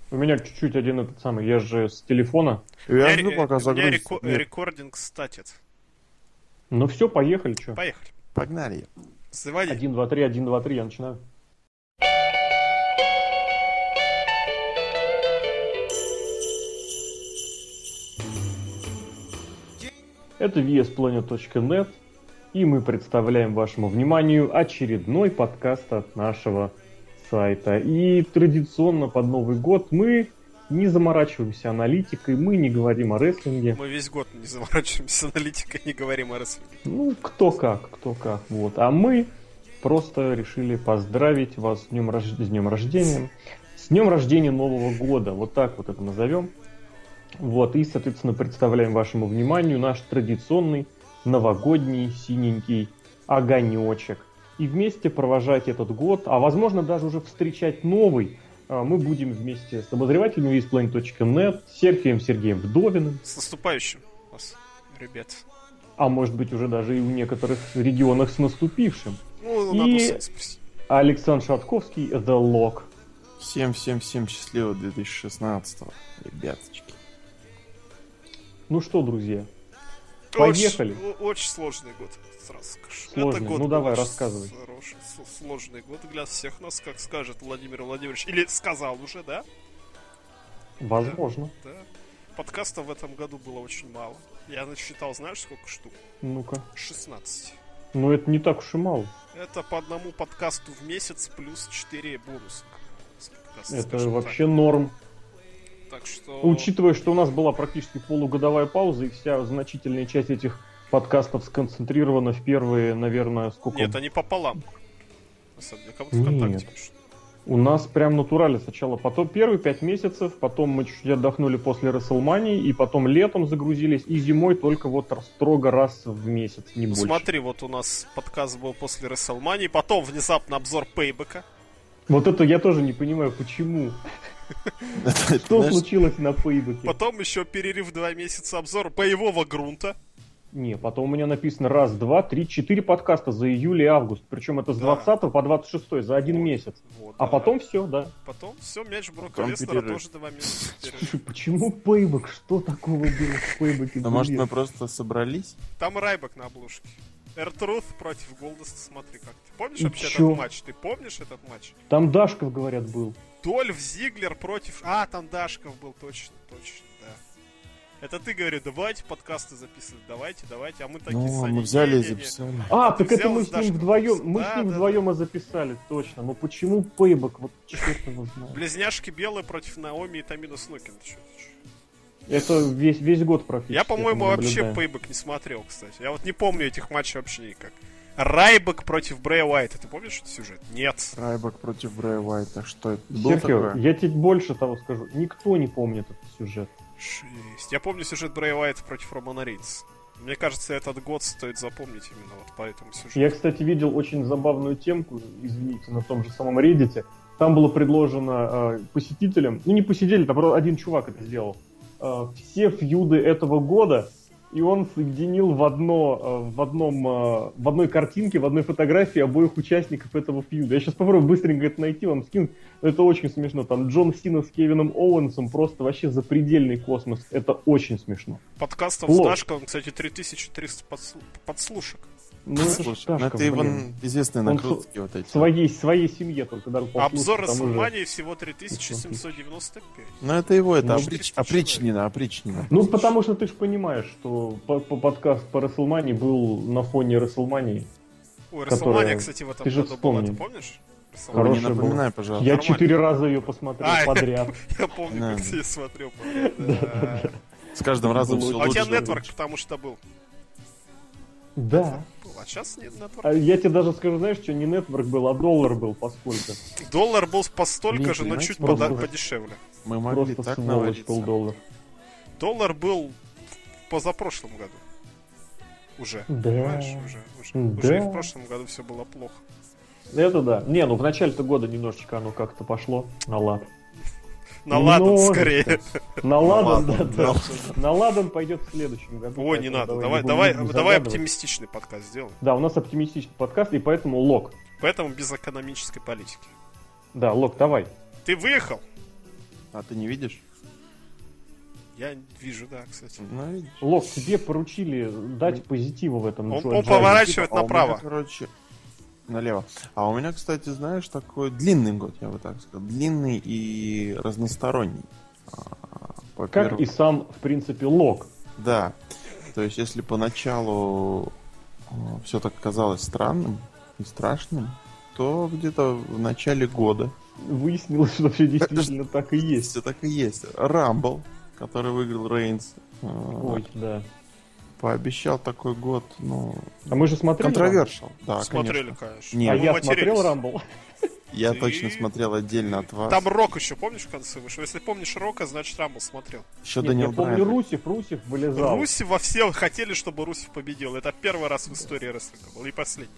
У меня чуть-чуть один этот самый, я же с телефона. Я У жду, меня, пока у меня загрузится. Нет, рекординг статит. Ну все, поехали, что? Поехали. погнали. Заводи. 1, 2, 3, 1, 2, 3, я начинаю. Это VSPlanet.net, и мы представляем вашему вниманию очередной подкаст от нашего сайта. И традиционно под Новый год мы не заморачиваемся аналитикой, мы не говорим о рестлинге. Мы весь год не заморачиваемся аналитикой, не говорим о рестлинге. Ну, кто как, вот. А мы просто решили поздравить вас с днем рождения. С днем рождения Нового года, вот так вот это назовем. Вот, и, соответственно, представляем вашему вниманию наш традиционный новогодний синенький огонечек. И вместе провожать этот год, а возможно даже уже встречать новый, мы будем вместе с обозревателем VSPlanet.net, Серхием Сергеем Вдовиным. С наступающим вас, ребят. А может быть уже даже и в некоторых регионах с наступившим. Ну, И- надо сам спросить. Александр Шатковский, The Lock. Всем счастливого 2016-го, ребяточки. Ну что, друзья, поехали. Очень сложный год, сразу скажу. Сложный. Это год Ну, был давай, очень рассказывай. Хороший, сложный год для всех нас, как скажет Владимир Владимирович. Или сказал уже, да? Возможно. Да. Подкастов в этом году было очень мало. Я насчитал, знаешь, сколько штук? Ну-ка. 16. Ну это не так уж и мало. Это по одному подкасту в месяц плюс 4 бонуса. Это вообще норм. Так что... Учитывая, что у нас была практически полугодовая пауза, и вся значительная часть этих подкастов сконцентрирована в первые, наверное, сколько... Нет, они пополам. На самом деле, как будто Нет. ВКонтакте пишут. У нас прям натурально сначала, потом первые 5 месяцев, потом мы чуть-чуть отдохнули после WrestleMania, и потом летом загрузились, и зимой только вот строго раз в месяц, не Ну больше. смотри, вот у нас подкаст был после WrestleMania, потом внезапно обзор Пейбека. Вот это я тоже не понимаю, почему. Что Знаешь, случилось на Пейбеке? Потом еще перерыв 2 месяца обзор боевого грунта. Не, потом у меня написано раз, два, три, 4 подкаста за июль и август. Причем это с Да. 20 по 26 за один Вот. месяц. Вот, А да. потом все, да. Потом все, мяч Брока Потом Леснера перерыв. тоже 2 месяца перерыв. Слушай, почему Пейбек? Что такого было в Пейбеке? ну, может, Блин. мы просто собрались? Там Райбек на обложке. Эртруth против Голдоста, смотри как. Ты помнишь И вообще чё? этот матч? Ты помнишь этот матч? Там Дашков, говорят, был. Дольф Зиглер против... А, там Дашков был, точно, да. Это ты, говорю, давайте подкасты записывать, давайте, а мы такие Ну, сами. мы взяли и Не-не-не. записали. А, ты так это взял мы и с ним Дашкова вдвоем, записал. мы Да, с ним да, вдвоем и записали, точно. Но почему Пейбек? Вот черт его знает. Близняшки белые против Наоми и Тамина Снукин. Ты чё? Это весь год практически. Я, по-моему, это мы вообще наблюдаем. Пейбек не смотрел, кстати. Я вот не помню этих матчей вообще никак. Райбек против Брэя Уайта. Ты помнишь этот сюжет? Нет. Райбек против Брэя Уайта. Что это? Был Серхио, такое? я тебе больше того скажу. Никто не помнит этот сюжет. Жесть. Я помню сюжет Брэя Уайта против Романа Рейнса. Мне кажется, этот год стоит запомнить именно вот по этому сюжету. Я, кстати, видел очень забавную темку, извините, на том же самом Reddit. Там было предложено посетителям, ну не посетитель, там просто один чувак это сделал, все фьюды этого года, и он соединил в одной картинке, в одной фотографии обоих участников этого фьюда. Я сейчас попробую быстренько это найти, вам скинуть. Это очень смешно. Там Джон Сина с Кевином Оуэнсом, просто вообще запредельный космос. Это очень смешно. Подкастов Лох. с Дашковым, кстати, 3300 подслушек. Ну, это ж Слушай, ну Дашков, это его блин. известные Он накрутки вот эти. Своей семье только даже Обзор послушать, там уже- WrestleMania всего 3795. Ну это его, это Ну, опричнина. Ну, потому что ты же понимаешь, что подкаст по WrestleMania был на фоне WrestleMania. Ой, Которая- WrestleMania, кстати, в этом ты же году была, ты вспомни. помнишь? WrestleMania. Ой, не Хорошая напоминай, пожалуйста. Я нормально. 4 раза ее посмотрел А, подряд. Я помню, Да. как ты смотрел. Да. С каждым разом Было все А у тебя лучше. нетворк, потому что был. Да. Был. А сейчас нет А нетворка. я тебе даже скажу, знаешь, что не нетворк был, а доллар был поскольку. Доллар был постолько Блин, же, но понимаете, чуть просто- подешевле. Мы могли Просто так сволочь наводиться. был доллар. Доллар был в позапрошлом году. Уже. Да. Понимаешь? Уже Да. и в прошлом году все было плохо. Это да. Не, ну в начале-то года немножечко оно как-то пошло на лад. На ладан Немножечко. скорее. На ладан, ладан, да. На ладан пойдет в следующем году. Ой, не поэтому надо. не Давай будем загадывать. оптимистичный подкаст сделаем. Да, у нас оптимистичный подкаст, и поэтому Лок. Поэтому без экономической политики. Да, Лок, давай. Ты выехал? А ты не видишь? Я вижу, да, кстати. Ну, видишь. Лок, тебе поручили дать позитива в этом Он джойне. поворачивает А у меня, направо. короче, налево. А у меня, кстати, знаешь, такой длинный год, я бы так сказал. Длинный и разносторонний. Как Во-первых, и сам, в принципе, Лок. да. То есть, если поначалу все так казалось странным и страшным, то где-то в начале года Выяснилось, что все действительно так и есть. все так и есть. Рамбл, который выиграл Рейнс, Ой, да. пообещал такой год, ну, А мы же смотрели контровершал. Да, Смотрели, конечно. конечно. Нет. «Рамбл»? А Мы я матерились. смотрел Рамбл. Я Ты- точно смотрел отдельно от вас. Там Рок еще, помнишь, в конце вышел? Если помнишь Рока, значит Рамбл смотрел. Еще Нет, я Даниэл помню, Брайан. Русев вылезал. Русев во все хотели, чтобы Русев победил. Это первый раз в истории рестлинга был и последний.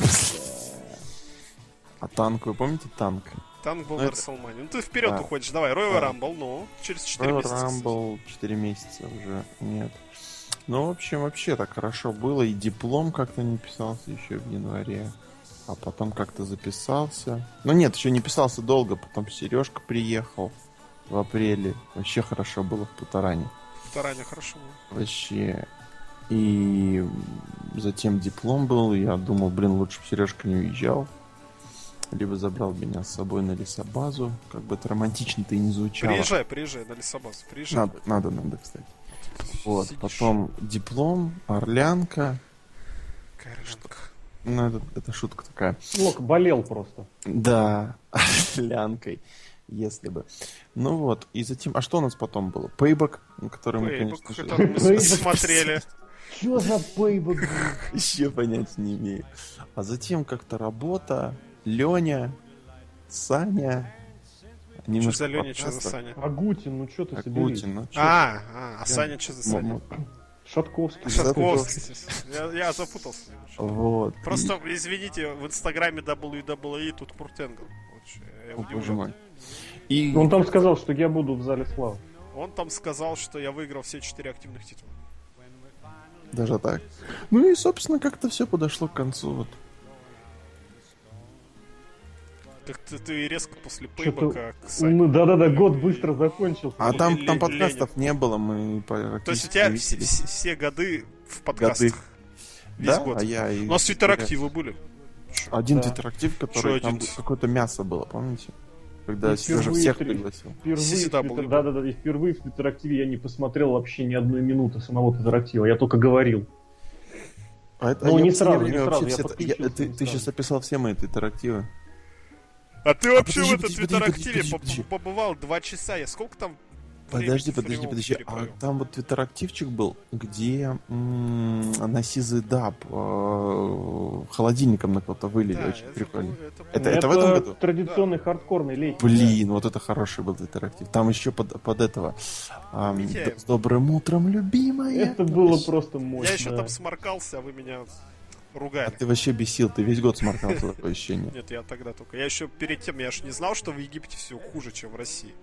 А танк, вы помните танк? Танк был Ну, в это- Расселмане. Ну ты вперед Да. уходишь, давай, Royal Да. Rumble, ну, через 4 Royal месяца. кстати. Rumble 4 месяца уже нет. Ну, в общем, вообще так хорошо было. И диплом как-то не писался еще в январе. А потом как-то записался. Ну нет, еще не писался долго. Потом Сережка приехал в апреле. Вообще хорошо было в Путаране. Тараня хорошо было. Вообще. И затем диплом был. И я думал, блин, лучше бы Сережка не уезжал. Либо забрал меня с собой на лесобазу. Как бы это романтично-то и не звучало. Приезжай на лесобазу, приезжай. Надо, кстати. Вот, Сидишь. потом диплом, Орлянка. Какая штука. Ну, это шутка такая. Лок болел просто. Да, Орлянкой, если бы. Ну вот, и затем... А что у нас потом было? Пейбок, который мы, Пейбок, конечно же, который мы Пейбок. смотрели. Чё за пейбок? еще понятия не имею. А затем как-то работа, Леня, Саня... Что немножко за Леня, что за подкастов. Саня? Агутин, ну чё ты соберись? Агутин, ну чё А Саня что за ты? Саня? Шатковский. Шатковский. Я запутался немножко. Вот. Просто, извините, в инстаграме WWE тут Курт Энгл. Вот что, я О, боже удивлен. мой. И... Он там сказал, что я буду в зале славы. Он там сказал, что я выиграл все 4 активных титула. Даже так. Ну и, собственно, как-то все подошло к концу. Вот. Как ты резко после Чё-то- Пейбока к Сане. Ну да-да-да, год быстро закончился. А там Леня. подкастов не было, мы То есть у тебя практически не виделись. все годы в подкастах. Весь Да, год. а я и... У нас твиттерактивы были. Один Да. твиттерактив, Чё который там один? какое-то мясо было, помните? Когда И Сережа впервые всех три- пригласил. Впервые, CCW. да-да-да, и впервые в Твиттерактиве я не посмотрел вообще ни одной минуты самого Твиттерактива, я только говорил. А это, Ну, я не в последнее сразу, время не вообще сразу, я все- подключился ты не сейчас сразу. описал все мои твиттерактивы. А ты вообще подожди, в этом подожди, твиттерактиве подожди. побывал 2 часа. Я сколько там Подожди, времени в прямом эфире А провел? там вот твиттерактивчик был, где на Сизый Даб холодильником на кого-то вылили. Да, Очень прикольно. было- Это в этом году? традиционный хардкорный летний. Блин, вот это хороший был твиттерактив. Там еще под этого. Митяев. С добрым утром, Да. любимая. Это было просто мощно. Я еще там сморкался, а вы меня А ругали. ты вообще бесил, ты весь год сморкался, такое ощущение. Нет, я тогда только. Я еще перед тем, я же не знал, что в Египте все хуже, чем в России.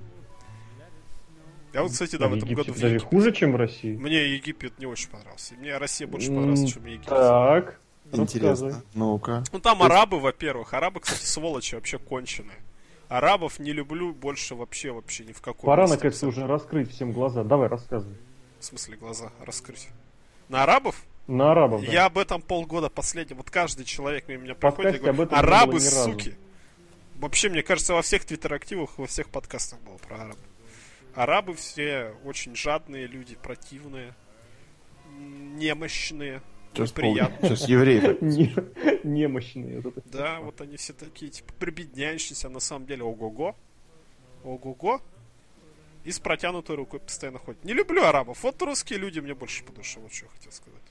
Я вот, кстати, да, в этом Египет году в даже Египет. хуже, чем в России. Мне Египет не очень понравился. Мне Россия больше понравилась, чем Египет. Так, рассказывай. Интересно. Ну-ка. Ну там арабы, во-первых. Арабы, кстати, сволочи вообще конченые. Арабов не люблю больше вообще ни в каком Пора месте наконец-то абсолютно. уже раскрыть всем глаза. Давай, рассказывай. В смысле глаза раскрыть. На арабов? На арабов, да. Я об этом полгода последний. Вот каждый человек мимо меня проходит и подкасте говорит, об этом не арабы, было ни разу. суки. Вообще, мне кажется, во всех твиттерактивах, во всех подкастах было про арабов. Арабы все очень жадные люди, противные, немощные, неприятные. Сейчас евреи. Немощные. Вот это. Да, вот они все такие, типа, прибедняющиеся, а на самом деле ого-го. Ого-го. И с протянутой рукой постоянно ходят. Не люблю арабов. Вот русские люди мне больше по душе. Вот что я хотел сказать.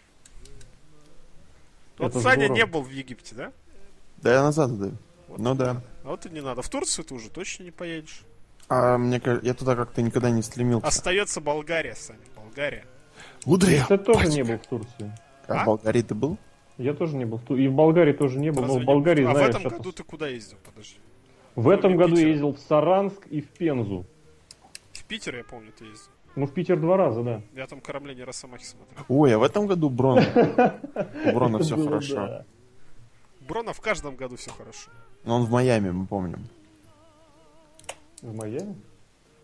Вот Это Саня здорово. не был в Египте, да? Да я назад отдаю. Вот Ну и не да. надо. А вот и не надо. В Турцию ты уже точно не поедешь. А мне кажется, я туда как-то никогда не стремился. Остается Болгария, Саня. Болгария. Удря! Я тоже не был в Турции. А А? в Болгарии ты был? Я тоже не был в Турции. И в Болгарии тоже не был. Но Разве в не- Болгарии, А в знаешь, этом это- году ты куда ездил? Подожди. в этом Кроме году я Питера. ездил в Саранск и в Пензу. В Питер, я помню, ты ездил. Ну, в Питер 2 раза, да. Я там корабление Росомахи смотрел. Ой, а в этом году Брон. У Брона Это все было, хорошо. да. Брона в каждом году все хорошо. Но он в Майами, мы помним. В Майами?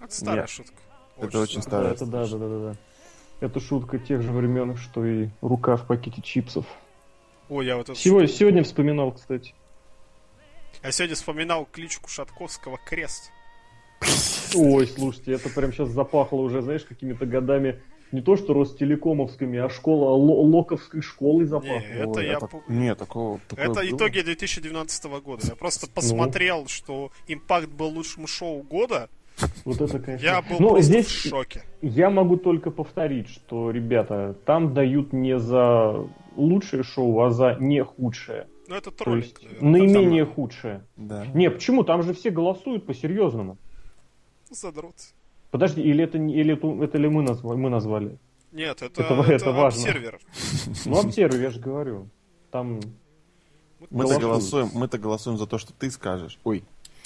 Это старая Нет. шутка. Это очень старая. старая. Да. Это шутка тех же времен, что и рука в пакете чипсов. Ой, я вот это... Сегодня вспоминал, кстати. Я сегодня вспоминал кличку Шатковского «Крест». Ой, слушайте, это прям сейчас запахло уже, знаешь, какими-то годами не то что Ростелекомовскими, а Локовской школой запахло. Не, это Ой, я... Нет, такое Это было. итоги 2019 года. Я просто посмотрел, что «Импакт» был лучшим шоу года. Вот это, конечно. Я был Ну, просто здесь в шоке. я могу только повторить, что, ребята, там дают не за лучшее шоу, а за не худшее. Ну, это То троллинг, есть наверное. наименее худшее. Да. Не, почему? Там же все голосуют по-серьезному. Задрот. Подожди, это ли мы назвали? Нет, Это это важно. обсервер. Ну, обсервис, я же говорю. Там Мы-то голосуем за то, что ты скажешь. Ой.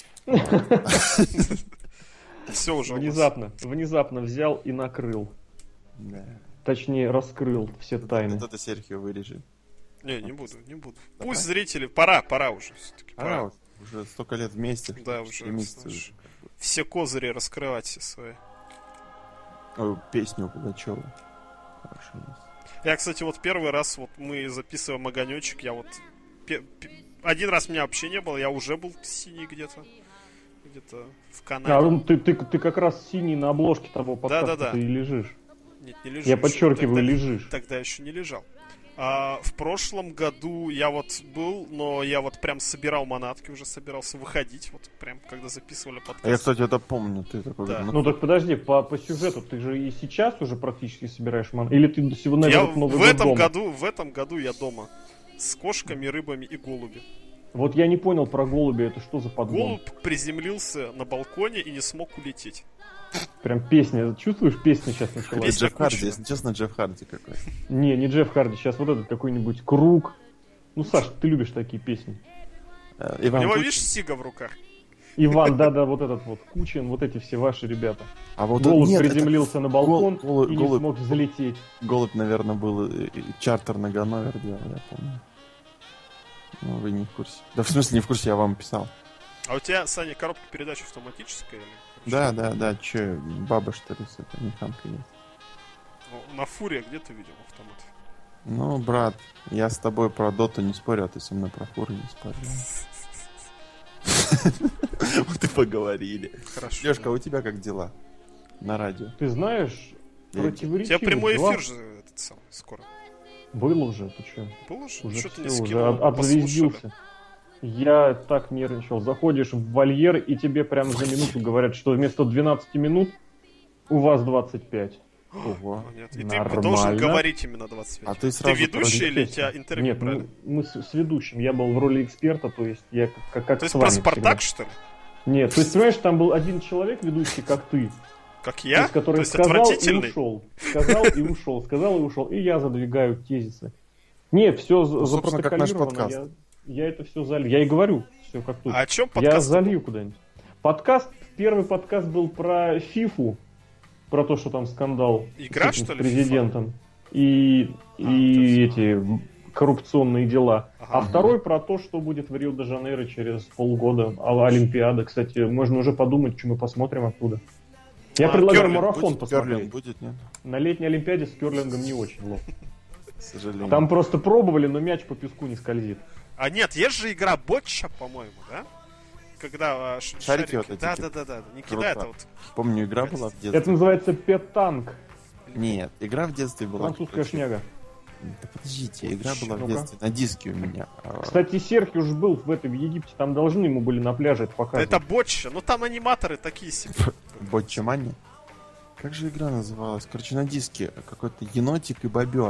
Все уже. внезапно взял и накрыл. Да. Точнее, раскрыл все тайны. Вот это Серхио вырежи. Не буду. Давай. Пусть зрители... Пора уже. Все-таки Пора. Уже столько лет вместе. Да, уже, 4 месяца знаешь. уже. Все козыри раскрывать все свои. Ой, песню у Пугачева. Хорошо. Я, кстати, вот первый раз вот мы записываем огонечек, я вот... Один раз меня вообще не было, я уже был синий где-то в Канаде. Ты как раз синий на обложке того подкаста Да. ты и лежишь. Нет, не лежу. Я еще. подчеркиваю, лежишь. Тогда еще не лежал. А в прошлом году я вот был, но я вот прям собирал манатки, уже собирался выходить, вот прям когда записывали подкаст. А я, кстати, это помню. Ты такой... Да. Ну так подожди, по сюжету ты же и сейчас уже практически собираешь ман. Или ты сегодня Я Новый в год этом дома? в этом году я дома. С кошками, рыбами и голуби. Вот я не понял про голуби, это что за подгон? Голубь приземлился на балконе и не смог улететь. Прям песня, чувствуешь, песня сейчас началась? Песня Джефф Харди, Кучина. если честно, Джефф Харди какой. Не Джефф Харди, сейчас вот этот какой-нибудь Круг. Ну, Саш, ты любишь такие песни. У Иван него, Кучин. видишь, сига в руках. Иван, да, вот этот вот Кучин, вот эти все ваши ребята. А вот Голубь нет, это приземлился на балкон голубь- и не голубь- смог взлететь. Голубь, наверное, был чартер на Ганновер делал, я помню. Ну, вы не в курсе. Да, в смысле, не в курсе, я вам писал. А у тебя, Саня, коробка передач автоматическая? Или... Да, че, баба, что ли, с этой механкой есть? Ну, на фуре где ты видел автомат? Ну, брат, я с тобой про доту не спорю, а ты со мной про фуры не спорю. Вот и поговорили. Хорошо. Лешка, а у тебя как дела? На радио. Ты знаешь, У тебя противоречивый прямой дела. эфир же этот самый скоро. Был уже, ты что? Был уже? Уже Что ты не все, уже скинул? обзвездился. Я так нервничал. Заходишь в вольер, и тебе прямо за минуту говорят, что вместо 12 минут у вас 25. Ого. Нет. И ты Нормально. должен говорить именно 25. А ты Ты сразу ведущий или у тебя Естественно. интервью Нет, брали? мы с ведущим. Я был в роли эксперта, то есть я как То есть с про вами Спартак, всегда. что ли? Нет, то есть, понимаешь, там был один человек, ведущий, как ты, Как то я? есть, который То есть сказал и отвратительный? ушел. Сказал и ушел, сказал и ушел. И я задвигаю тезисы. Нет, все собственно, как наш запротоколировано. подкаст. Я это все залью. Я и говорю, все как тут. А о чем Я подкаст? залью куда-нибудь. Первый подкаст был про ФИФУ, про то, что там скандал Игра, с этим что ли, президентом. И это всё. эти коррупционные дела. Ага. А второй про то, что будет в Рио-де-Жанейро через полгода. Олимпиада, кстати, можно уже подумать, что мы посмотрим оттуда. Я предлагаю кёрлинг марафон Будет, посмотреть. кёрлинг будет, нет? На летней Олимпиаде с керлингом не очень лов. К сожалению. Там просто пробовали, но мяч по песку не скользит. А нет, есть же игра Ботча, по-моему, да? Когда Шарики вот эти, Да. Не Круто. кидай это вот. Помню, игра была в Это детстве. называется петанк. Нет, игра в детстве была. Французская шняга. Да подождите, игра была в Ну-ка. детстве на диске у меня. Кстати, Серхио уж был в Египте, там должны ему были на пляже это Да показывать. это Ботча, ну там аниматоры такие себе. Ботчамани. Как же игра называлась? Короче, на диске какой-то енотик и бобер.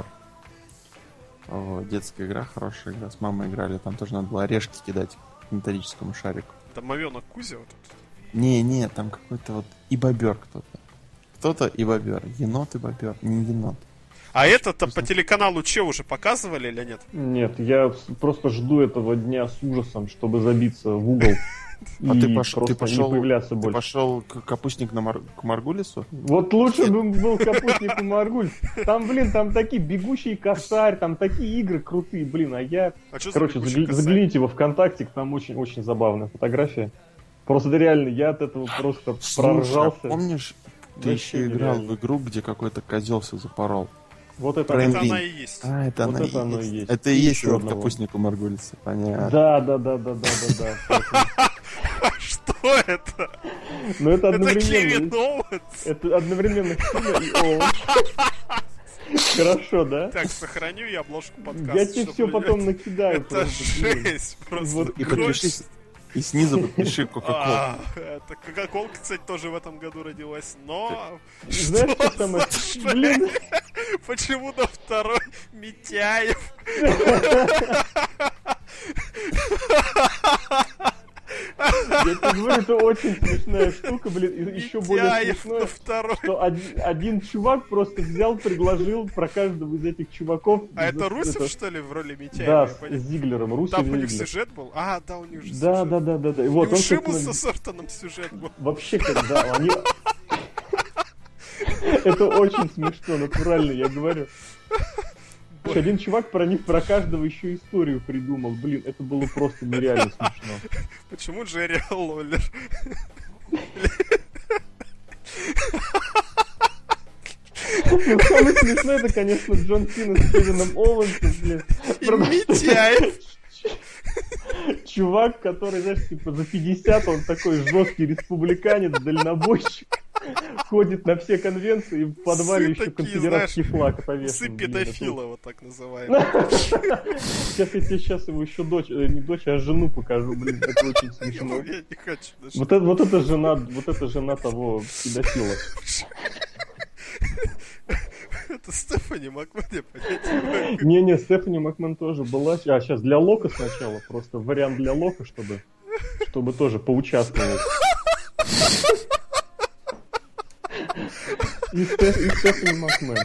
О, детская игра, хорошая игра. С мамой играли, там тоже надо было орешки кидать к металлическому шарику. Домовенок Кузя вот этот. Не, там какой-то вот и бобер кто-то. Кто-то и бобер. Енот и бобер, не енот. А это-то по телеканалу Че уже показывали или нет? Нет, я просто жду этого дня с ужасом, чтобы забиться в угол А и ты пошел, просто не появляться ты больше. пошел капустник к Маргулису? Вот лучше бы был капустник и Маргуль. Там, блин, там такие бегущий косарь, там такие игры крутые, блин, а я... А что Короче, за бегущий косарь? загляните во ВКонтакте, там очень-очень забавная фотография. Просто реально, я от этого просто проржался. Помнишь, ты Вообще еще играл нереально. в игру, где какой-то козел все запорол? Вот это, Про Это Энвин. она и есть. Это Вот она это оно и и есть. есть. Это и И есть еще этот одного. капустник у Маргулиса, понятно. Да. Что это? Но это Это Кевин одновременно. Оуэнс. Это одновременно Хина и Оуэн. Хорошо, да? Так, сохраню я обложку подкаста. Я тебе чтоб все люди- потом накидаю. Это просто, блин. жесть. Просто Вот И кровь. подпишись. И снизу подпиши Кока-Колу. Это Кока-Колка, кстати, тоже в этом году родилась, но... Знаешь, что Что самое... за жесть? Блин, Почему на второй Митяев? я тебе говорю, это очень смешная штука, блин. И еще более Митяев смешное, на второй. что один чувак просто взял, предложил про каждого из этих чуваков. А это Русев, что ли, в роли Да, Митяева? с Зиглером. Русев Там у них Зиглер. сюжет был? А, да, у них же Да. И вот И у он, Шимуса собственно, с Ортоном сюжет был. вообще когда они... Это очень смешно, натурально, я говорю. Один чувак про них, про каждого еще историю придумал. Блин, это было просто нереально смешно. Почему Джерри Лоллер? Ну, самое смешное, это, конечно, Джон Сина с Кевином Оуэнсом, блин. И Митяев. Чувак, который, знаешь, типа за 50, он такой жесткий республиканец, дальнобойщик. Ходит на все конвенции, и в подвале Псы еще такие, конфедератский флаг Псы повешен. Блин, педофила, вот так называемые. Сейчас я тебе его еще дочь, не дочь, а жену покажу, блин, это очень смешно. Я не хочу даже. Вот это жена того педофила. Это Стефани Макман, понять не могу. Не, Стефани Макман тоже была. А, сейчас для Лока сначала, просто вариант для Лока, чтобы тоже поучаствовать. И Стефани Макман.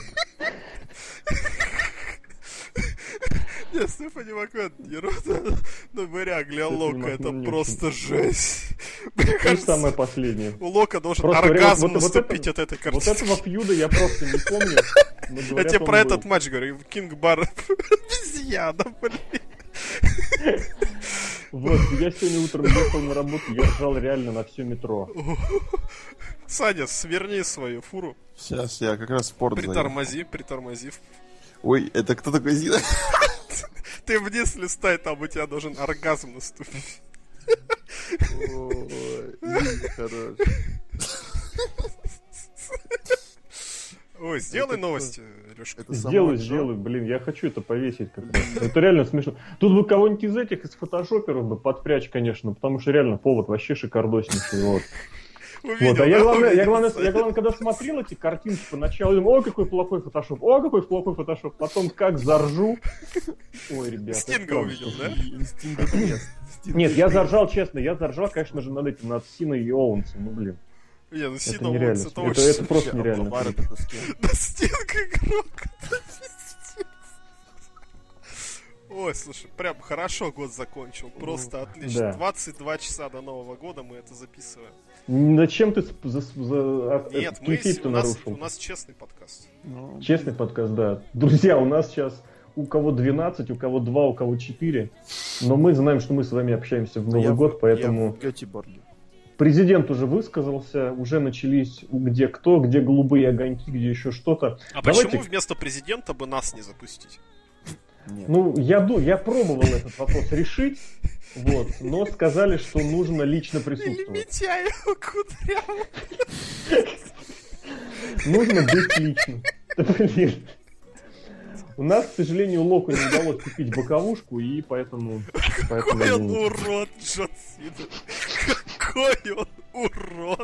Не, Стефани Макман не рода, но варяг для Стефани Лока, Макман это не просто жесть. Мне И кажется, самое последнее. у Лока должен Просто оргазм вот наступить от этой Вот картины. этого фьюда я просто не помню. но Я говорят, тебе он про был. этот матч говорю. Кинг Бар обезьяна, блин. Вот, я сегодня утром ехал на работу, я ржал реально на все метро. Саня, сверни свою фуру. Сейчас я как раз в спорт заеду. Притормози. Ой, это кто такой Зина? Ты вниз листай, там у тебя должен оргазм наступить. Ой, Зина хорош. Ой, сделай Это новости, Лешка. Это самое Сделай, блин, я хочу это повесить как раз. Это реально смешно. Тут бы кого-нибудь из этих, из фотошоперов бы подпрячь, конечно, потому что реально повод вообще шикардоснейший. Вот. Увидел, Вот, а я да, главное, увидел. когда смотрел эти картинки поначалу, думаю, ой, какой плохой фотошоп, потом как заржу. Ой, ребята. Стинга правда. увидел, да? Стинга крест. Нет, я заржал, честно, конечно же, над этим, над Синой и Оуэнсом, ну, блин. Не, ну Это Сина нереально. Уотс, это Это очень... просто нереально. Бар это с кем? Да Стинг игрок, это пиздец. Ой, слушай, прям хорошо год закончил, просто отлично. Да. 22 часа до Нового года мы это записываем. Зачем ты Нет, у кейфейп-то нарушил? нас честный подкаст. Ну, Честный подкаст, да. Друзья, у нас сейчас у кого 12, у кого 2, у кого 4. Но мы знаем, что мы с вами общаемся в Новый год, Я поэтому в Гетеборге. президент уже высказался, уже начались где кто, где голубые огоньки, где еще что-то. А Давайте- почему вместо президента бы нас не запустить? Нет. Ну, я пробовал этот вопрос решить, вот, но сказали, что нужно лично Или присутствовать. Митяева Кудрявого. Нужно быть личным. Да, блин. У нас, к сожалению, Локу не удалось купить боковушку, и поэтому... Какой он извините. урод, Джон Сина. Какой он урод.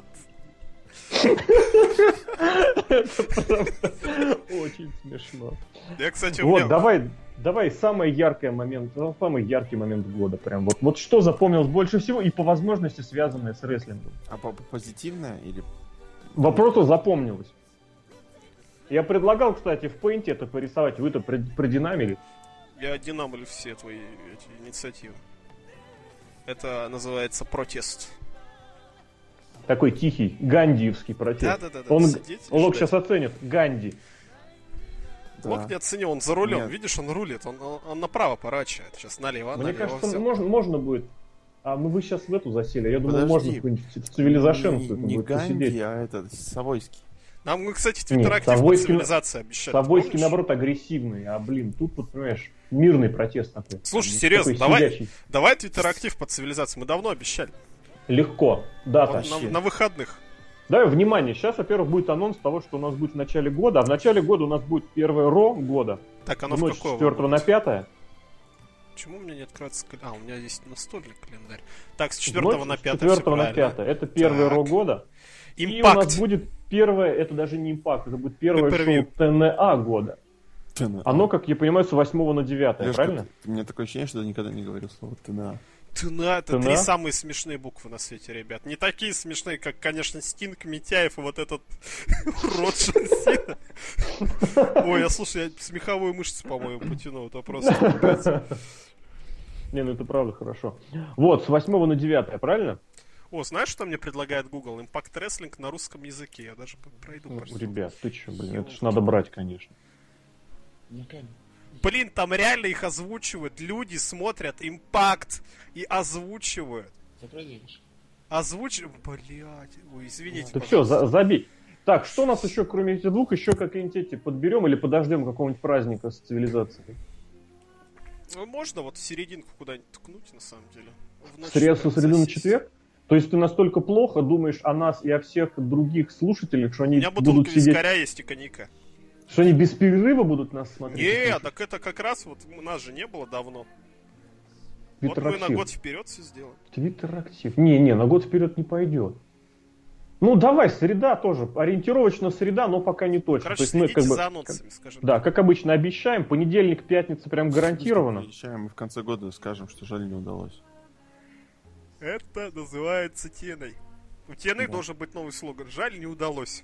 Это правда очень смешно. Я, кстати, у Вот, меня... давай самый яркий момент года. Прям вот что запомнилось больше всего и по возможности связанное с рестлингом. А позитивное или... Вопросу запомнилось. Я предлагал, кстати, в Paint это порисовать. Вы-то продинамили. Я динамлю все твои эти инициативы. Это называется протест. Такой тихий, гандиевский протест. Да. Он, Сидеть и Лок ждать. сейчас оценит. Ганди. Да. Лок не оценил, он за рулем. Нет. Видишь, он рулит, он направо поворачивает. Сейчас налево, Мне налево кажется, взял. можно будет А вы сейчас в эту засели? Я думал, Подожди. можно какую-нибудь в цивилизационную Не будет Ганди, посидеть. а этот, Савойский. Нам, мы, кстати, в Нет, Твиттерактив по Савойский- цивилизации обещали. Савойский, помнишь? наоборот, агрессивный. А, блин, тут, вот, понимаешь, мирный протест такой. Слушай, Такой серьезно, давай, сидячий. давай Твиттерактив по цивилизации. Мы давно обещали. Легко. Дата. Вот на выходных. Давай, внимание, сейчас, во-первых, будет анонс того, что у нас будет в начале года. А в начале года у нас будет первое РО года. Так, оно В в ночь какое? с 4 на 5. Почему у меня не открывается календарь? А, у меня здесь настольный календарь. Так, с В 4 ночь на с 5. 4 на 5. Это первое Так. РО года. И у Импакт. нас будет первое, это даже не импакт, это будет первое Pay-per-view. шоу ТНА года. Оно, как я понимаю, с 8 на 9, Лёшка, правильно? У меня такое ощущение, что я никогда не говорил слово ТНА. ТНА, это ТНА? 3 самые смешные буквы на свете, ребят. Не такие смешные, как, конечно, Стинг, Митяев и вот этот урод Джон Сина. Ой, я, слушай, я смеховую мышцу, по-моему, потянул. Это просто капец. Не, ну это правда хорошо. Вот, с 8 на 9, правильно? О, знаешь, что мне предлагает Google? Impact Wrestling на русском языке. Я даже пройду. Ну, почти. ребят, ты чё, блин, это ж надо брать, конечно. Блин, там реально их озвучивают. Люди смотрят Impact и озвучивают. Озвучивают. Блядь. Ой, извините, Да все, пожалуйста. забей. Так, что у нас еще, кроме этих двух, еще какие-нибудь эти подберем или подождем какого-нибудь праздника с цивилизацией? Ну, можно вот в серединку куда-нибудь ткнуть, на самом деле. В ночь Со прям среды на засесть. четверг? То есть ты настолько плохо думаешь о нас и о всех других слушателях, что У они меня будут бутылка сидеть, вискаря есть и коньяка. что они без перерыва будут нас смотреть? Не, так это как раз вот у нас же не было давно. Вот мы на Твиттерактив. год вперед все сделаем. Твиттерактив. Не, на год вперед не пойдет. Ну, давай, среда тоже. Ориентировочно среда, но пока не точно. Короче, То есть мы следите как бы, за анонсами, скажем да, так. как обычно обещаем, понедельник, пятница прям гарантированно. Обещаем, мы в конце года скажем, что жаль не удалось. Это называется теной. У тены Да. должен быть новый слоган. Жаль, не удалось.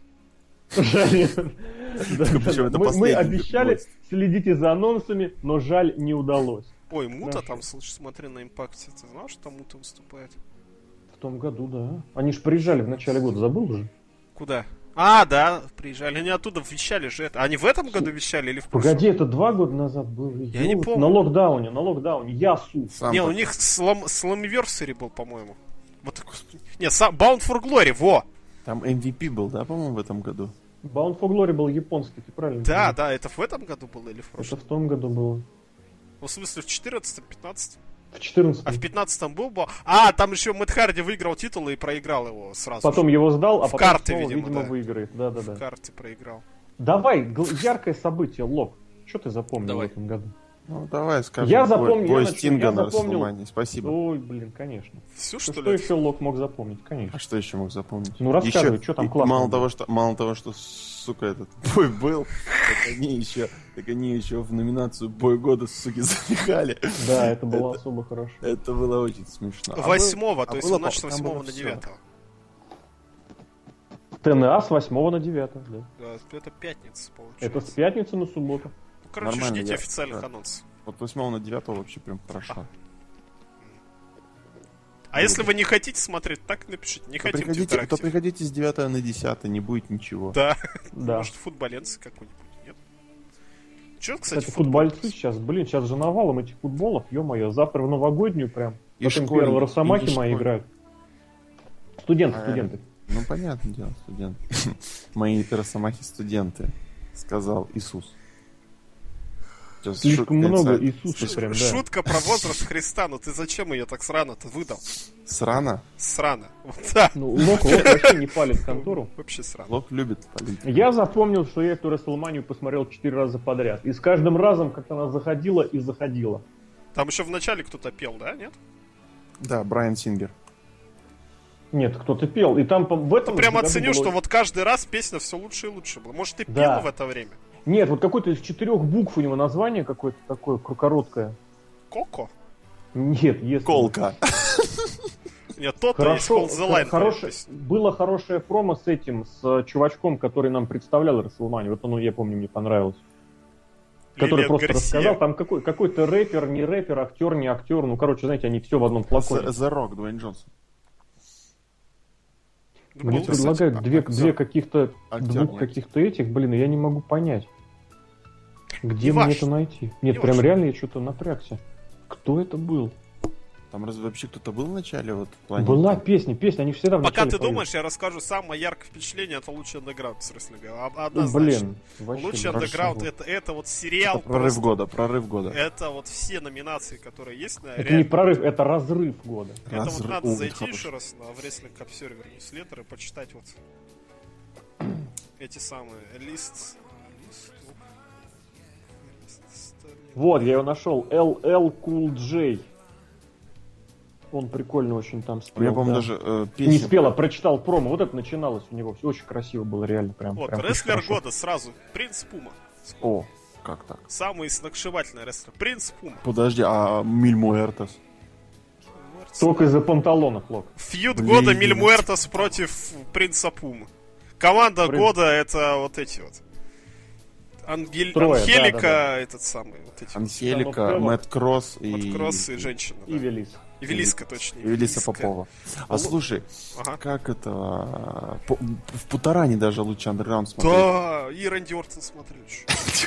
Причем это Мы последний обещали, гость. следите за анонсами, но жаль, не удалось. Ой, Мута Хорошо. там, слушай, смотри на импакте. Ты знал, что там Мута выступает? В том году, да. Они же приезжали в начале года, забыл уже? Куда? А, да, приезжали. Они оттуда вещали же это. Они в этом году вещали или в прошлом? Погоди, это 2 года назад было. Я не Ёлки, помню. На локдауне. Ясу. Сам Не, у так- них Slammiversary был, по-моему. Вот, господи. Не, Bound for Glory, во! Там MVP был, да, по-моему, в этом году? Bound for Glory был японский, ты правильно Да, понимаешь? да, это в этом году было или в Это прошлом? в том году было. Ну, в смысле, в 14-м, 15-м? В 14 А в 15-м был бы... А, там еще Мэтт Харди выиграл титул и проиграл его сразу Потом же. его сдал, а В потом карты, снова, видимо, да. выиграет. Да. В карте проиграл. Давай, яркое событие, Лок. Что ты запомнил Давай. в этом году? Ну, давай скажем. Я бой- запомнил, бой я начну. Стинга Я на запомнил. Расселмании. Спасибо. Ой, блин, конечно. Все, Что, что ли? еще Лок мог запомнить? Конечно. А что еще мог запомнить? Ну, рассказывай, что там классно Мало было. того, что, сука, этот бой был, так они еще в номинацию бой года, суки, запихали. Да, это было особо хорошо. Это было очень смешно. 8-го, то есть было в ночь с там 8 было на всё. 9. ТНА с 8 на 9. Да. Да, это пятница, получается. Это с пятницы на субботу. Ну, короче, Нормально, ждите я- официальных да. анонсов. Вот 8 на 9 вообще прям хорошо. А если вы не хотите смотреть, так напишите. Не хотим То Твиттерактив. приходите с 9 на 10, не будет ничего. Да. Да. Может, футболенцы какой-нибудь, нет? Че, Кстати, кстати, футбольцы футбол? сейчас, блин, сейчас же навалом этих футболов, ё-моё, завтра в новогоднюю прям. И Потом школьники, первого и Росомахи не мои школьники. играют. Студенты, А, студенты. Ну, понятное дело, студенты. Мои росомахи студенты, сказал Иисус. Сейчас Слишком шутка много инсайд. Иисуса прям, да. Шутка про возраст Христа, ну ты зачем ее так срано-то выдал? Срано? Срано. Вот так. Ну, Лок вообще не палит контору. Вообще срано. Лок любит политику. Я запомнил, что я эту Расселманию посмотрел 4 раза подряд. И с каждым разом как-то она заходила и заходила. Там еще в начале кто-то пел, да, нет? Да, Брайан Сингер. Нет, кто-то пел. И там в этом Ты прям году оценил, было- что вот каждый раз песня все лучше и лучше была. Может, ты Да. пел в это время? Нет, вот какое-то из 4 букв у него название какое-то такое короткое. Коко? Нет, если... Колка. Нет, тот Хорошо, есть Hold the Line. хорошее, было хорошее промо с этим, с чувачком, который нам представлял Расселманию. Вот оно, я помню, мне понравилось. Который Лилиан просто Гарсия. рассказал, там какой-то рэпер, не рэпер, актер, не актер. Ну, короче, знаете, они все в одном флаконе. The Rock, Дуэйн Джонсон. Да Мне был, кстати, предлагают две актер. каких-то, Актер, двух нет. каких-то этих, блин, и я не могу понять. Где Не мне важно. это найти? Не Нет, прям важно. реально я что-то напрягся. Кто это был? Там разве вообще кто-то был в начале? Вот, в плане... Была песня, они всегда в Пока начале ты поют. думаешь, я расскажу. Самое яркое впечатление — это лучший андеграунд с рестлинга. Ну, Однозначно. блин, вообще Лучший хорошо андеграунд было. это вот сериал. Это прорыв просто. года, прорыв года. Это вот все номинации, которые есть на Это реально. не прорыв, это разрыв года. Это вот надо О, зайти хорошо. еще раз на Wrestling Observer Newsletter и почитать вот эти самые лист. Вот, я его нашел. LL Cool J. Он прикольно очень там спел. У меня, по-моему, да. даже Не песня... спел, а прочитал промо. Вот это начиналось у него. Все очень красиво было, реально. Прям, Вот, прям очень рестлер хорошо. года сразу. Принц Пума. О, как так? Самый сногсшибательный рестлер. Принц Пума. Подожди, а Миль Муэртос? Только из-за панталонов, Лок. Фьюд Блин. года Миль Муэртос против Принца Пумы. Команда Принц. года — это вот эти вот. Трое, Анхелика, да. этот самый. Вот эти. Анхелика, Шанов Мэтт Кросс и... Вот Кросс и женщина. И Да. Велис. Велиска, точнее. И Велиса Попова. А слушай, Ага. как это... В Путаране даже лучше андерграунд смотреть. Да, и Рэнди Ортон смотрел еще.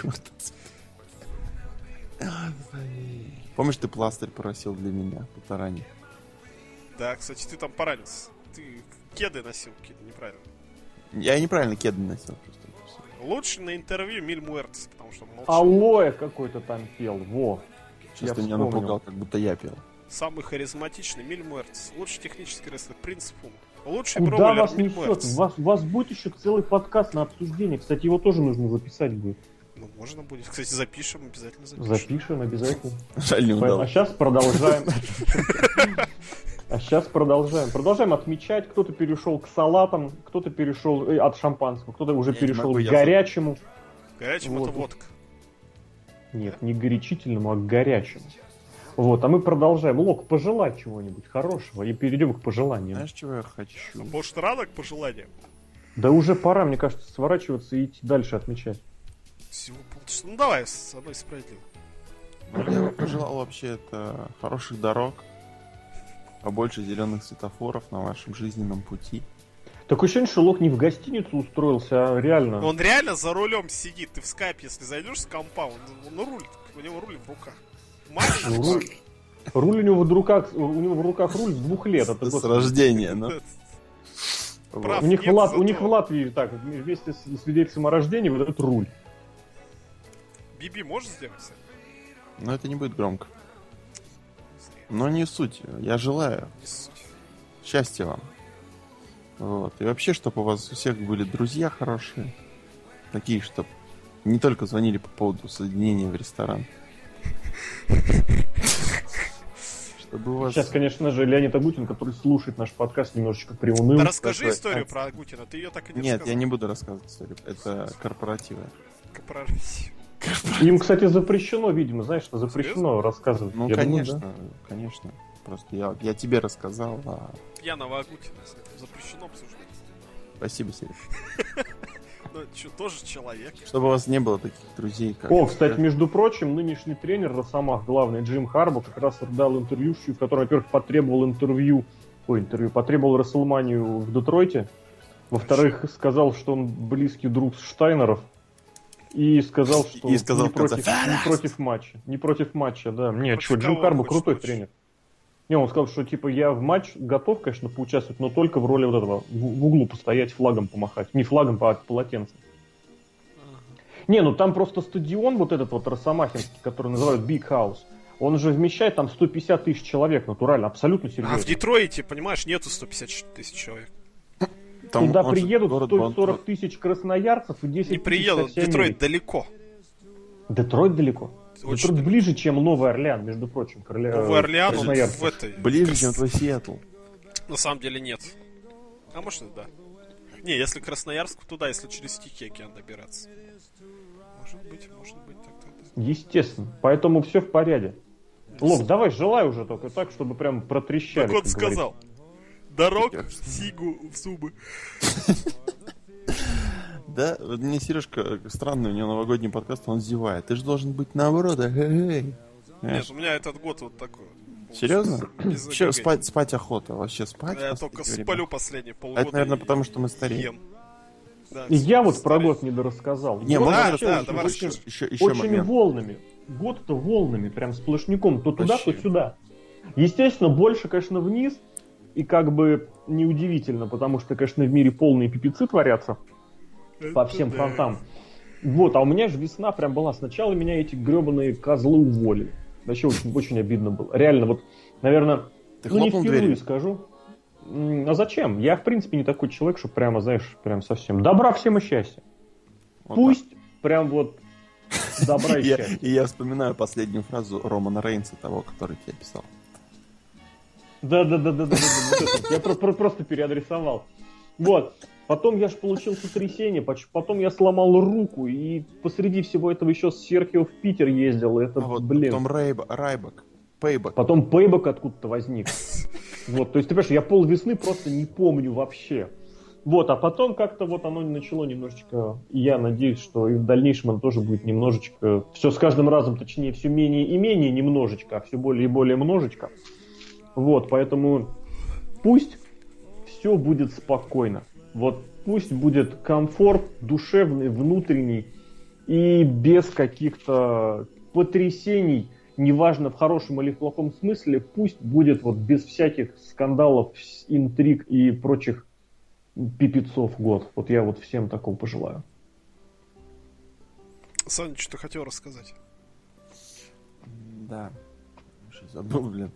Помнишь, ты пластырь просил для меня в Путаране? Да, кстати, ты там поранился. Ты кеды носил какие-то неправильно. Я неправильно кеды носил. Просто. Лучше на интервью Миль Муэртес, потому что он молчал. Алоэ какой-то там пел. Во. Сейчас Я ты меня вспомнил. напугал, как будто я пел. Самый харизматичный Миль Муэртес. Лучший технический рестлер Принц Пума. Лучший Куда броулер вас Миль несет? Муэртес. У вас будет еще целый подкаст на обсуждение. Кстати, его тоже нужно записать будет. Ну, можно будет. Кстати, запишем, обязательно запишем. Запишем обязательно. Жаль, не А удалось. сейчас продолжаем. Продолжаем отмечать. Кто-то перешел к салатам, кто-то перешел от шампанского, кто-то уже Я не перешел могу, к я горячему. Горячим Вот. это водка. Нет, не к горячительному, а к горячему. Вот, а мы продолжаем. Лок, пожелать чего-нибудь хорошего и перейдем к пожеланиям. Знаешь, чего я хочу? Может, рано к пожеланиям? Да уже пора, мне кажется, сворачиваться и идти дальше отмечать. Всего полчаса. Ну, давай, с одной справедливо. Я бы пожелал вообще это хороших дорог, побольше зеленых светофоров на вашем жизненном пути. Такое ощущение, что Лок не в гостиницу устроился, а реально. Он реально за рулем сидит. Ты в скайп, если зайдешь с компа, он рулит. У него руль в руках. Маленький. Руль у него в руках руль с 2 лет. Это С господи. рождения, ну. Прав У них, нет, у них в зато. Латвии так, вместе с свидетельством о рождении выдают руль. Биби можешь сделать? Но это не будет громко. Но не суть. Я желаю Не суть. счастья вам. Вот. И вообще, чтобы у вас у всех были друзья хорошие. Такие, чтобы не только звонили по поводу соединения в ресторан. Чтобы у вас... Сейчас, конечно же, Леонид Агутин, который слушает наш подкаст, немножечко приуныл. Да расскажи такой историю акцент. про Агутина. Ты ее так и не Нет, рассказал. я не буду рассказывать историю. Это корпоративы. Про Россию. Им, кстати, запрещено, видимо, знаешь, что запрещено рассказывать. Ну, Я думаю, конечно, да. конечно. Просто я тебе рассказал, а... Пьяного Агутина запрещено обсуждать. Спасибо, Сереж. Ну, что, тоже человек. Чтобы у вас не было таких друзей, как... О, кстати, между прочим, нынешний тренер Росомах, главный Джим Харбо, как раз дал интервью, в котором, во-первых, потребовал Расселманию в Детройте. Во-вторых, сказал, что он близкий друг Штайнеров. И сказал, что И сказал не, в конце, не против матча. Не против матча, да. Нет, Против что, Джим кого Харбо он хочет крутой матч? тренер. Не, он сказал, что типа я в матч готов, конечно, поучаствовать, но только в роли вот этого, в углу постоять, флагом помахать. Не флагом, а полотенцем. Не, ну там просто стадион вот этот вот Росомахинский, который называют Big House, он же вмещает там 150 тысяч человек, натурально, абсолютно серьезно. А в Детройте, понимаешь, нету 150 тысяч человек. Там Туда он же приедут город 140 тысяч красноярцев и 10 Не тысяч приедут, со всей Детройт Америки. далеко. Детройт далеко. Очень Детройт далеко. ближе, чем Новый Орлеан, между прочим. Новый Орлеан, он Красноярск. в этой... ближе, чем твой Сиэтл. На самом деле нет. А может и да. Не, если Красноярск, туда, если через Тихий океан добираться. Может быть, так. Естественно. Поэтому все в порядке. Лок, давай, желай уже только так, чтобы прям протрещали. Так он как говорится. сказал. Дорог, Я- сигу в зубы. Да, вот мне Сережка странный, у него новогодний подкаст, он зевает. Ты же должен быть наоборот, эй. Нет, у меня этот год вот такой. Серьезно? Без Еще эгоги. спать охота, вообще спать. Я в только последнее сплю время. последние А полгода. это, наверное, и потому что мы стареем. ем. Да, И я вот про старею. год не дорассказал. Не, Год можно Да, вообще да, очень- давай очень, расскажи. Еще очень момент. волнами. Год-то волнами, прям сплошняком. То туда, Вообще. то сюда. Естественно, больше, конечно, вниз. И как бы неудивительно, потому что, конечно, в мире полные пипицы творятся по всем фронтам. Вот, а у меня же весна прям была. Сначала меня эти гребаные козлы уволили. Вообще очень, очень обидно было. Реально, вот, наверное, Ты не хлопнул впервые дверью? скажу. А зачем? Я, в принципе, не такой человек, что прямо, знаешь, прям совсем. Добра всем и счастья. Вот Пусть прям вот добра и так. счастья. И я вспоминаю последнюю фразу Романа Рейнса, того, который тебе писал. Да. Вот это. Я просто переадресовал. Вот. Потом я же получил сотрясение, потом я сломал руку, и посреди всего этого еще с Серхио в Питер ездил. Это, А вот блин. потом Райбак, Пейбак. Потом пейбэк откуда-то возник. Вот, то есть, ты понимаешь, я полвесны просто не помню вообще. Вот, а потом как-то вот оно начало немножечко, и я надеюсь, что и в дальнейшем оно тоже будет немножечко, все с каждым разом, точнее, все менее и менее немножечко, а все более и более множечко. Вот, поэтому пусть все будет спокойно. Вот пусть будет комфорт душевный, внутренний и без каких-то потрясений, неважно в хорошем или в плохом смысле, пусть будет вот без всяких скандалов, интриг и прочих пипецов год. Вот я вот всем такого пожелаю. Саня, что хотел рассказать? Да. Уже забыл, блин.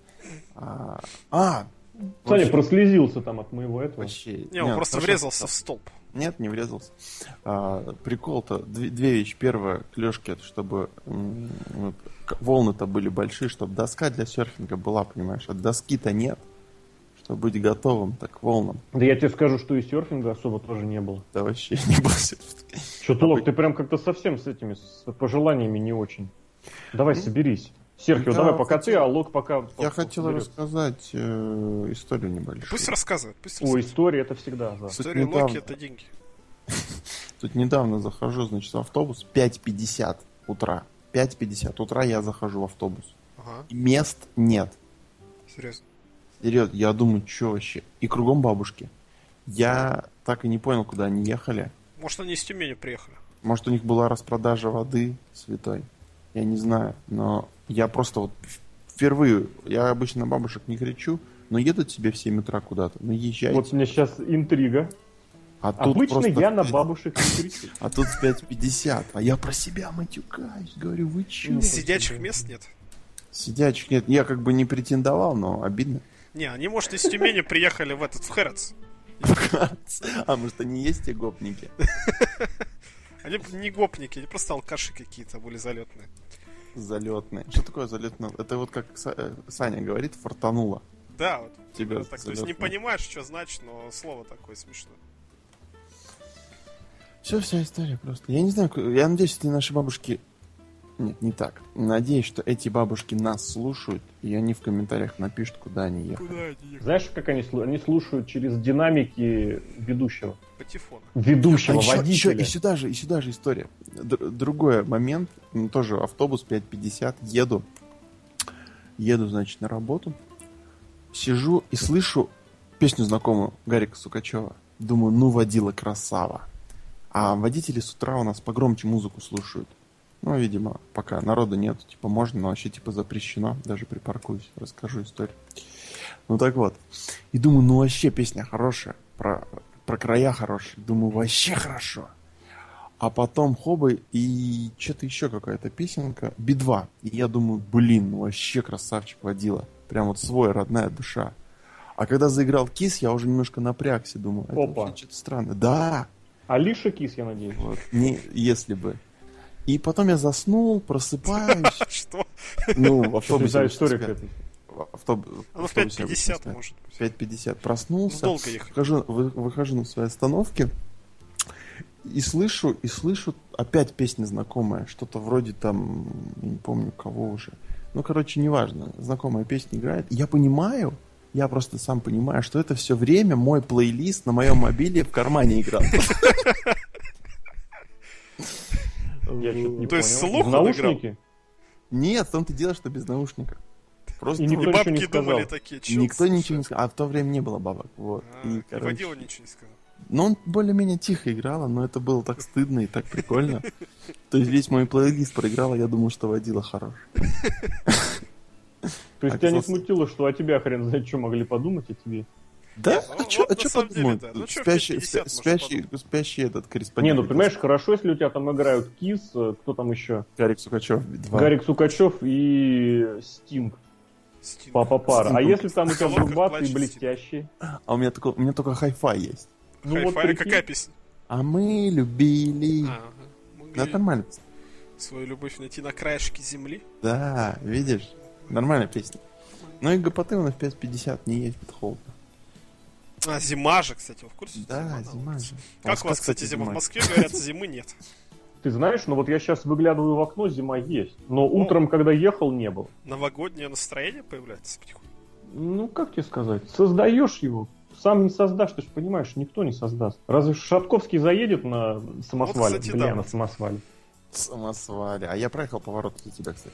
Саня прослезился там от моего этого. Вообще. Не, он просто хорошо. врезался в столб. Нет, не врезался. Прикол-то, две вещи. Первое, клешки, это чтобы вот, волны-то были большие, чтобы доска для серфинга была, понимаешь? А доски-то нет. Чтобы быть готовым так к волнам. Да я тебе скажу, что и серфинга особо тоже не было. Да вообще не было серфинга. Что-то, Лок, ты прям как-то совсем с этими с пожеланиями не очень. Давай соберись. Серхио, Я давай пока хотел- ты, а Лок пока... Я хотел соберет. рассказать историю небольшую. Пусть рассказывает, О, история это всегда, да. История недавно- Локи — это деньги. Тут недавно захожу, значит, в автобус 5:50 утра. 5:50 утра я захожу в автобус. Ага, И мест нет. серьезно. Серьезно, я думаю, что вообще? И кругом бабушки. Я так и не понял, куда они ехали. Может, они из Тюмени приехали? Может, у них была распродажа воды святой. Я не знаю, но я просто вот впервые, я обычно на бабушек не кричу, но едут себе в 7 утра куда-то, ну езжайте. Вот у меня сейчас интрига. А тут Обычно просто я на в бабушек не кричу. А тут в 5:50, а я про себя матюкаюсь, говорю, вы чё? Сидячих мест нет? Сидячих нет, я как бы не претендовал, но обидно. Не, они, может, из Тюмени приехали в Хэротс. А может, они есть те гопники? Они не гопники, они просто алкаши какие-то были залетные. Залетные. Что такое залетные? Это вот как Саня говорит, фартануло. Да, вот. Тебя Так, то есть не залетные. понимаешь, что значит, но слово такое смешное. Все, вся история просто. Я не знаю, я надеюсь, эти наши бабушки... Нет, не так. Надеюсь, что эти бабушки нас слушают, и они в комментариях напишут, куда они ехали. Куда они ехали? Знаешь, как они слушают? Они слушают через динамики ведущего. Патефона. Ведущего, еще, водителя. и сюда же история. Другой момент, тоже автобус 5:50, еду, значит, на работу, сижу и слышу песню знакомую Гарика Сукачева. Думаю, ну, водила красава. А водители с утра у нас погромче музыку слушают. Ну, видимо, пока народа нет, типа, можно, но вообще, типа, запрещено. Даже припаркуюсь, расскажу историю. Ну, так вот. И думаю, ну, вообще песня хорошая, про края хорошие. Думаю, вообще хорошо. А потом хоба, и что-то еще какая-то песенка. Би-2. И я думаю, блин, ну, вообще красавчик водила. Прям вот свой, родная душа. А когда заиграл Кис, я уже немножко напрягся. Думаю, это Опа. вообще что-то странное. Да, Алиша Кис, я надеюсь. вот, не, если бы. И потом я заснул, просыпаюсь. Что? Ну, в Что автобусе. за история какая-то? Ну, в 5:50, может быть. 5:50 Ну, проснулся. долго ехать. Выхожу на своей остановке и слышу опять песня знакомая. Что-то вроде там, я не помню кого уже. Ну, короче, неважно. Знакомая песня играет. И я просто сам понимаю, что это все время мой плейлист на моем мобиле в кармане играл. Я что-то не То есть понял. слух В он наушники? Нет, в том-то дело, что без наушников. Просто И И никто ничего не бабки сказал. думали такие, чё никто ты ничего не слушаешь? сказал. А в то время не было бабок. Вот. И короче, водила ничего не сказал. Ну, он более-менее тихо играла, но это было так стыдно и так прикольно. То есть весь мой плейлист проиграл, а я думал, что водила хорош. То есть тебя не смутило, что о тебя хрен знает, что могли подумать о тебе? Да? Ну, А что вот на самом деле, подумать? да. Ну, чё, Спящий 50 можно спящий этот корреспондент. Не, ну понимаешь, хорошо, если у тебя там играют Кис, кто там еще? Гарик Сукачев. 2. Гарик Сукачев и Стинг. Стинг. Папа пара. А Стинг. если там у тебя Колонка Брубат плачет и блестящий? А у меня только хай-фай есть. Ну Хай-фай, вот прикинь. какая песня? А мы любили. Ага. Могли Да, нормально. свою любовь найти на краешке земли. Да, видишь? Нормальная песня. Ну и ГПТ у нас 550 не ездит холодно. А, зима же, кстати, вы в курсе? Да, Зима, зима да. же. Как у вас, кстати, зима? В Москве, говорят, зимы нет. Ты знаешь, ну вот я сейчас выглядываю в окно, зима есть. Но утром, когда ехал, не было. Новогоднее настроение появляется потихоньку. Ну, как тебе сказать? Создаешь его. Сам не создашь, ты же понимаешь, никто не создаст. Разве Шатковский заедет на самосвале? Вот, кстати, Бля, да. на самосвале. Самосвали. А я проехал поворот для тебя, кстати.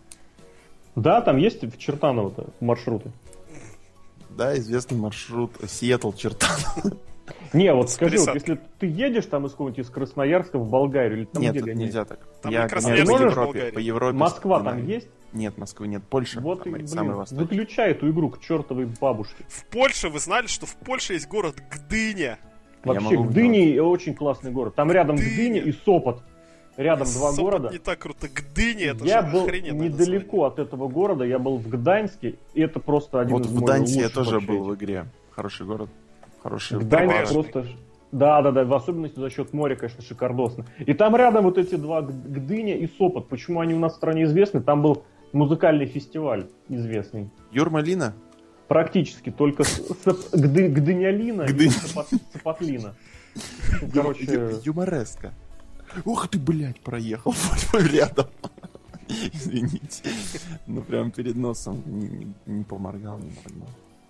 Да, там есть в Чертаново-то маршруты. Да, известный маршрут Сиэтл-Чертан. Не, вот С скажи, вот пересадкой. если ты едешь там из какого-нибудь из Красноярска в Болгарию или там Нет, где тут гоняешь? нельзя так. Там Я не гоняю Красноярск, по а Европе. Болгария. По Европе. Москва там гоняю. есть? Нет, Москвы нет. Польша. Вот и, самый, блин, самый восток. выключай эту игру к чертовой бабушке. В Польше, вы знали, что в Польше есть город Гдыня? Вообще, могу Гдыня очень классный город. Там рядом Гдыня. Гдыня и Сопот. Рядом два Сопот города. не так круто. Гдыня, это Я же был охрененное недалеко от этого города, я был в Гданьске, и это просто один Вот из в моих Даньсе я лучших тоже вообще был в этих. игре. Хороший город. Хороший Гданьск Прибрежный. просто... Да, в особенности за счет моря, конечно, шикардосно. И там рядом вот эти два Гдыня и Сопот. Почему они у нас в стране известны? Там был музыкальный фестиваль известный. Юрмалина? Практически, только Гдынялина и Гдынь. Сопотлина. Короче, Юмореска. Ух ты, блядь, проехал рядом. Извините. Ну, прям перед носом не поморгал, не моргал.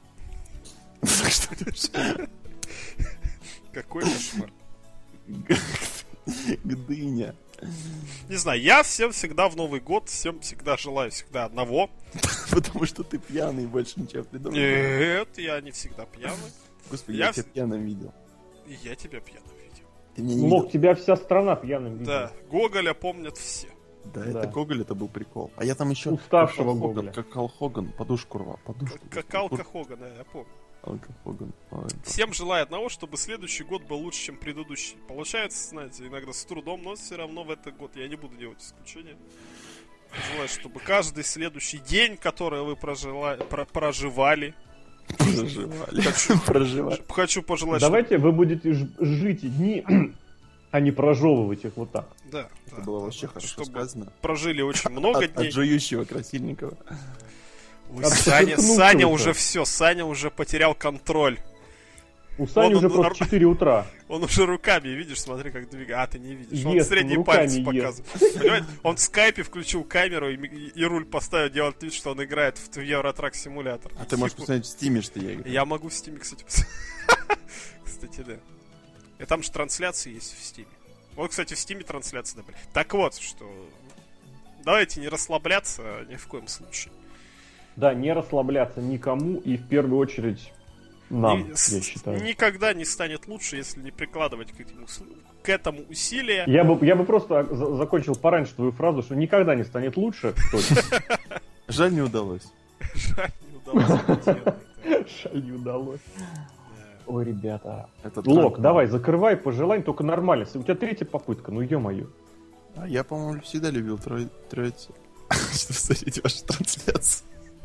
Так что Какой кошмар. Гдыня. Не знаю, я всем всегда в Новый год, всем всегда желаю всегда одного. Потому что ты пьяный и больше ничего придумал. Нет, я не всегда пьяный. Господи, Я я тебя пьяным видел. И я тебя пьяным видел. Ты меня не Лок, видел. тебя вся страна пьяным видит. Да, Гоголя помнят все. Да, Да. это Гоголь, это был прикол. А я там еще... Уставшего как Халк Гоголя. Как Халк Хоган, подушку рвал. Подушку. Как Алка Хогана, я помню. Халк Хоган. Ой, Всем желаю одного, чтобы следующий год был лучше, чем предыдущий. Получается, знаете, иногда с трудом, но все равно в этот год я не буду делать исключения. Желаю, чтобы каждый следующий день, который вы проживали, Проживали. хочу пожелать, Давайте вы будете жить дни, а не прожевывать их вот так. чтобы... Да, Это было вообще хорошо чтобы сказано. прожили очень много От дней. жующего Красильникова. Ой, От Саня подчеркнувшегося. уже все, Саня уже потерял контроль. У Сани Он уже просто 4 утра. Он уже руками, видишь, смотри, как двигается. А, ты не видишь. Он Ест, средний руками палец ест. показывает. Понимаете? Он в скайпе включил камеру и руль поставил, делать вид, что он играет в Евротрак симулятор. А ты можешь посмотреть в стиме, что я играю. Я могу в стиме, кстати, посмотреть. Кстати, да. И там же трансляции есть в стиме. Вот, кстати, в стиме трансляции добавили. Так вот, что... Давайте не расслабляться ни в коем случае. Да, не расслабляться никому и в первую очередь нам, И я считаю. Никогда не станет лучше, если не прикладывать к этому усилия. Я бы просто закончил пораньше твою фразу, что никогда не станет лучше. Точно. Жаль, не удалось. Жаль, не удалось это делать. Жаль, не удалось. Ой, ребята. Это Лок, так. давай, закрывай пожелай, только нормально. У тебя третья попытка, ну ё-моё. А я, по-моему, всегда любил троицу. Чтобы смотреть ваши трансляции.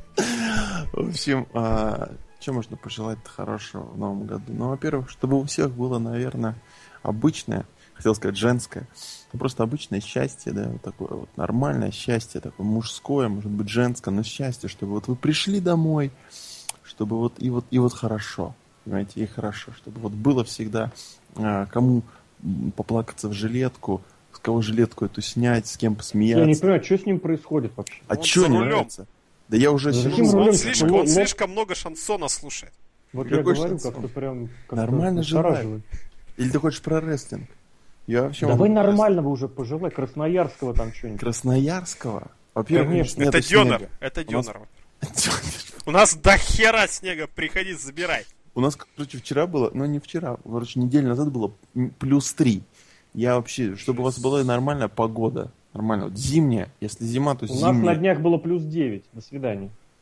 В общем, что можно пожелать хорошего в новом году? Ну, во-первых, чтобы у всех было, наверное, обычное, хотел сказать женское, но просто обычное счастье, да, вот такое вот нормальное счастье, такое мужское, может быть, женское, но счастье, чтобы вот вы пришли домой, чтобы вот и вот хорошо, понимаете, и хорошо, чтобы вот было всегда кому поплакаться в жилетку, с кого жилетку эту снять, с кем посмеяться. Я не понимаю, что с ним происходит вообще. А Он чё за не рулем. нравится? Да я уже За сижу. каким рулем? Он Лок- слишком много шансона слушает. Вот Какой я говорю, шансон? как-то прям... как-то Нормально настораживает. Или ты хочешь про рестлинг? Я вообще Давай могу нормального уже пожелай, Красноярского там что-нибудь. Красноярского? Во-первых, Конечно. нету Это Дёнер. снега. Это У нас- Дёнер. У нас до хера снега. Приходи, забирай. У нас, короче, вчера было, ну не вчера, короче, неделю назад было +3. Я вообще, чтобы у вас была нормальная погода, нормально, вот зимняя, если зима, то У нас на зимняя. днях было +9. До свидания.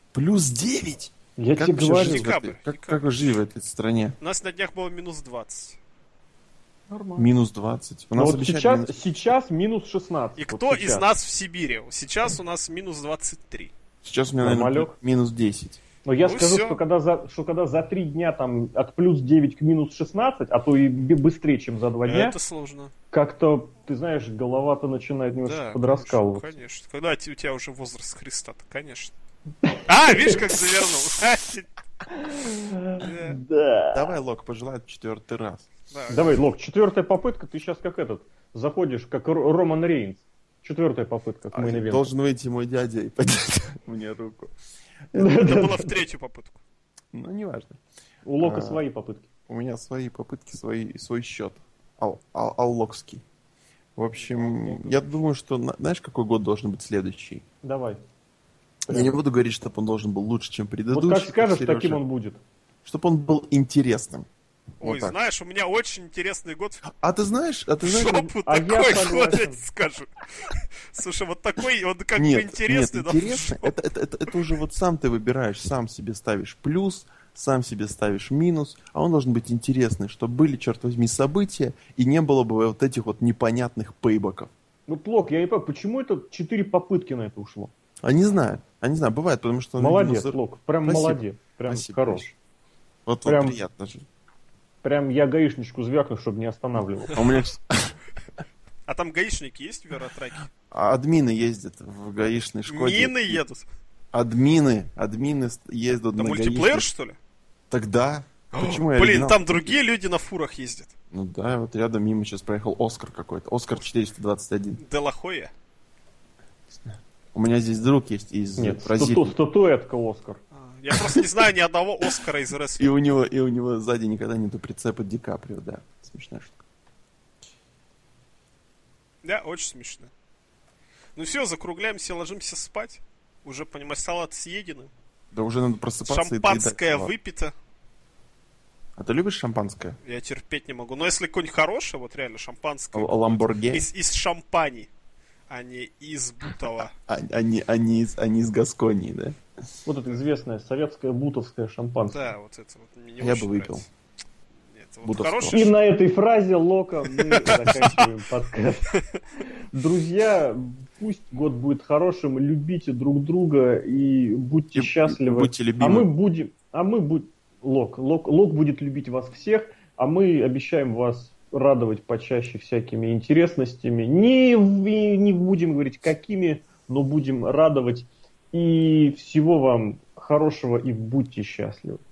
Плюс 9? Я Как тебе вообще говорю. жить в Декабрь, этой- как декабрь. вы жили в этой стране? У нас на днях было минус 20. Нормально. Минус 20. У Ну нас вот обещали сейчас, минус- сейчас минус 16. И вот кто сейчас. из нас в Сибири? Сейчас у нас минус 23. Сейчас у меня, наверное, Нормалек. минус 10. Но я Ну скажу, всё. что когда за 3 дня там от плюс 9 к минус 16, а то и быстрее, чем за 2 дня, Это сложно. как-то, ты знаешь, голова-то начинает немножко Да, подраскалываться. конечно. Когда у тебя уже возраст Христа-то, конечно. А, видишь, как завернул. Да, Да. Давай, Лок, пожелать 4-й раз. да. Давай, Лок, 4-я попытка, ты сейчас как этот, заходишь, как Роман Рейнс. 4-я попытка к мейн-ивенту. Должен выйти мой дядя и подать мне руку. Это было в 3-ю попытку. Ну, неважно. У Лока свои попытки. У меня свои попытки, свой счет. Аллокский. В общем, я думаю, что... Знаешь, какой год должен быть следующий? Давай. Я не буду говорить, чтобы он должен был лучше, чем предыдущий. Вот как скажешь, Сережа. таким он будет. Чтобы он был интересным. Ой, Вот так. знаешь, у меня очень интересный год. А ты знаешь... В жопу А я такой согласен. год, я тебе скажу. Слушай, вот такой, он как бы Нет, интересный, но в интересно. жопу. Это уже вот сам ты выбираешь, сам себе ставишь плюс, сам себе ставишь минус, а он должен быть интересный, чтобы были, черт возьми, события, и не было бы вот этих вот непонятных пейбаков. Ну, Плок, я не понимаю, почему это 4 попытки на это ушло? Они знают, бывает, потому что... Молодец, видимо, Плок, прям Спасибо. молодец. Прям Спасибо. хорош. Вот Прям- приятно же. Прям я гаишничку звякну, чтобы не останавливал. А у меня А там гаишники есть в Веротраке? админы ездят в гаишной Шкоде. Мины едут. Админы ездят Это на мультиплеер, гаишной- что ли? Тогда. Почему я Блин, оригинал? там другие люди на фурах ездят. Ну да, вот рядом мимо сейчас проехал Оскар какой-то. Оскар 421. Делахоя. У меня здесь друг есть из Нет, Бразилии. статуэтка Оскар. Я просто не знаю ни одного Оскара из И рестлинга. у него сзади никогда нету прицепа Ди Каприо, да. Смешная штука. Да, очень смешно. Ну все, закругляемся, ложимся спать. Уже, понимаешь, салат съедены. Да уже надо просыпаться и Шампанское доедать салат. выпито. А ты любишь шампанское? Я терпеть не могу. Но если какое-нибудь хорошее, вот реально шампанское. Ламборге? Из шампани, а не из бутова. Они из Гасконии, да? Вот это известное советское бутовское шампанское. Да, вот это вот мне не Я очень бы выпил. нравится. Нет, вот Бутовского. И хорошее. на этой фразе Лока мы заканчиваем подкаст. Друзья, пусть год будет хорошим, любите друг друга и будьте И счастливы. будьте любимы. Лок будет любить вас всех, а мы обещаем вас радовать почаще всякими интересностями. Не будем говорить какими, но будем радовать. И всего вам хорошего и будьте счастливы.